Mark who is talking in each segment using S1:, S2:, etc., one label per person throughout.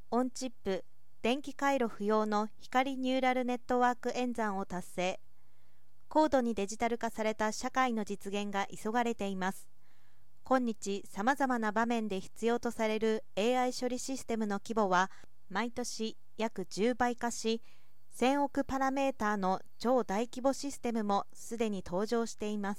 S1: オンチップ、電気回路不要の光ニューラルネットワーク演算を達成。高度にデジタル化された社会の実現が急がれています。今日、さまざまな場面で必要とされる AI 処理システムの規模は、毎年約10倍化し、1000億パラメーターの超大規模システムもすでに登場しています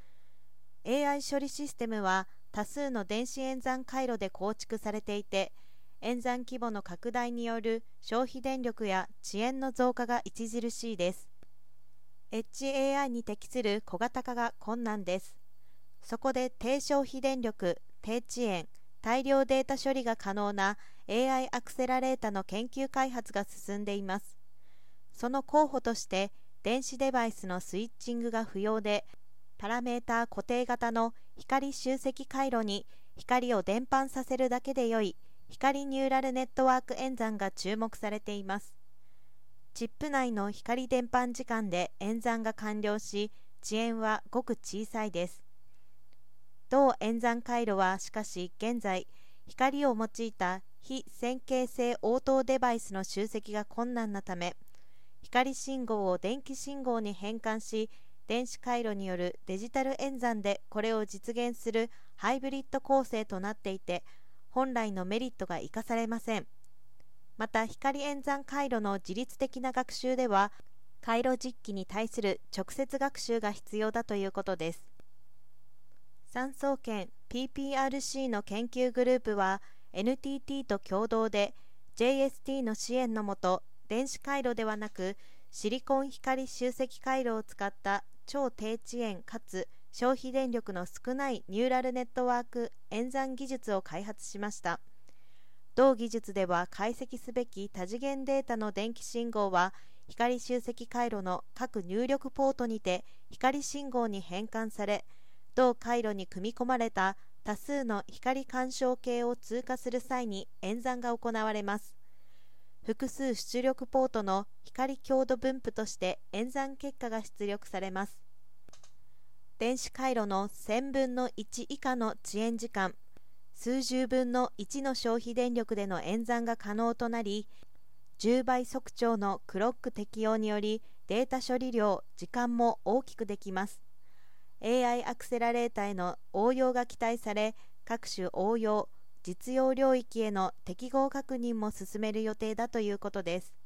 S1: 。AI 処理システムは多数の電子演算回路で構築されていて、演算規模の拡大による消費電力や遅延の増加が著しいです。エッジ AI に適する小型化が困難です。そこで低消費電力、低遅延、大量データ処理が可能な AI アクセラレータの研究開発が進んでいます。その候補として電子デバイスのスイッチングが不要で、パラメータ固定型の光集積回路に光を伝播させるだけでよい光ニューラルネットワーク演算が注目されています。チップ内の光伝播時間で演算が完了し、遅延はごく小さいです。同演算回路はしかし現在、光を用いた非線形性応答デバイスの集積が困難なため、光信号を電気信号に変換し、電子回路によるデジタル演算でこれを実現するハイブリッド構成となっていて、本来のメリットが生かされません。また光演算回路の自律的な学習では、回路実機に対する直接学習が必要だということです。産総研 PPRC の研究グループは NTT と共同で JST の支援のもと、電子回路ではなくシリコン光集積回路を使った超低遅延かつ消費電力の少ないニューラルネットワーク演算技術を開発しました。同技術では解析すべき多次元データの電気信号は光集積回路の各入力ポートにて光信号に変換され、同回路に組み込まれた多数の光干渉計を通過する際に演算が行われます。複数出力ポートの光強度分布として演算結果が出力されます。電子回路の1000分の1以下の遅延時間、数十分の1の消費電力での演算が可能となり、10倍速聴のクロック適用によりデータ処理量、時間も大きくできます。AI アクセラレータへの応用が期待され、各種応用、実用領域への適合確認も進める予定だということです。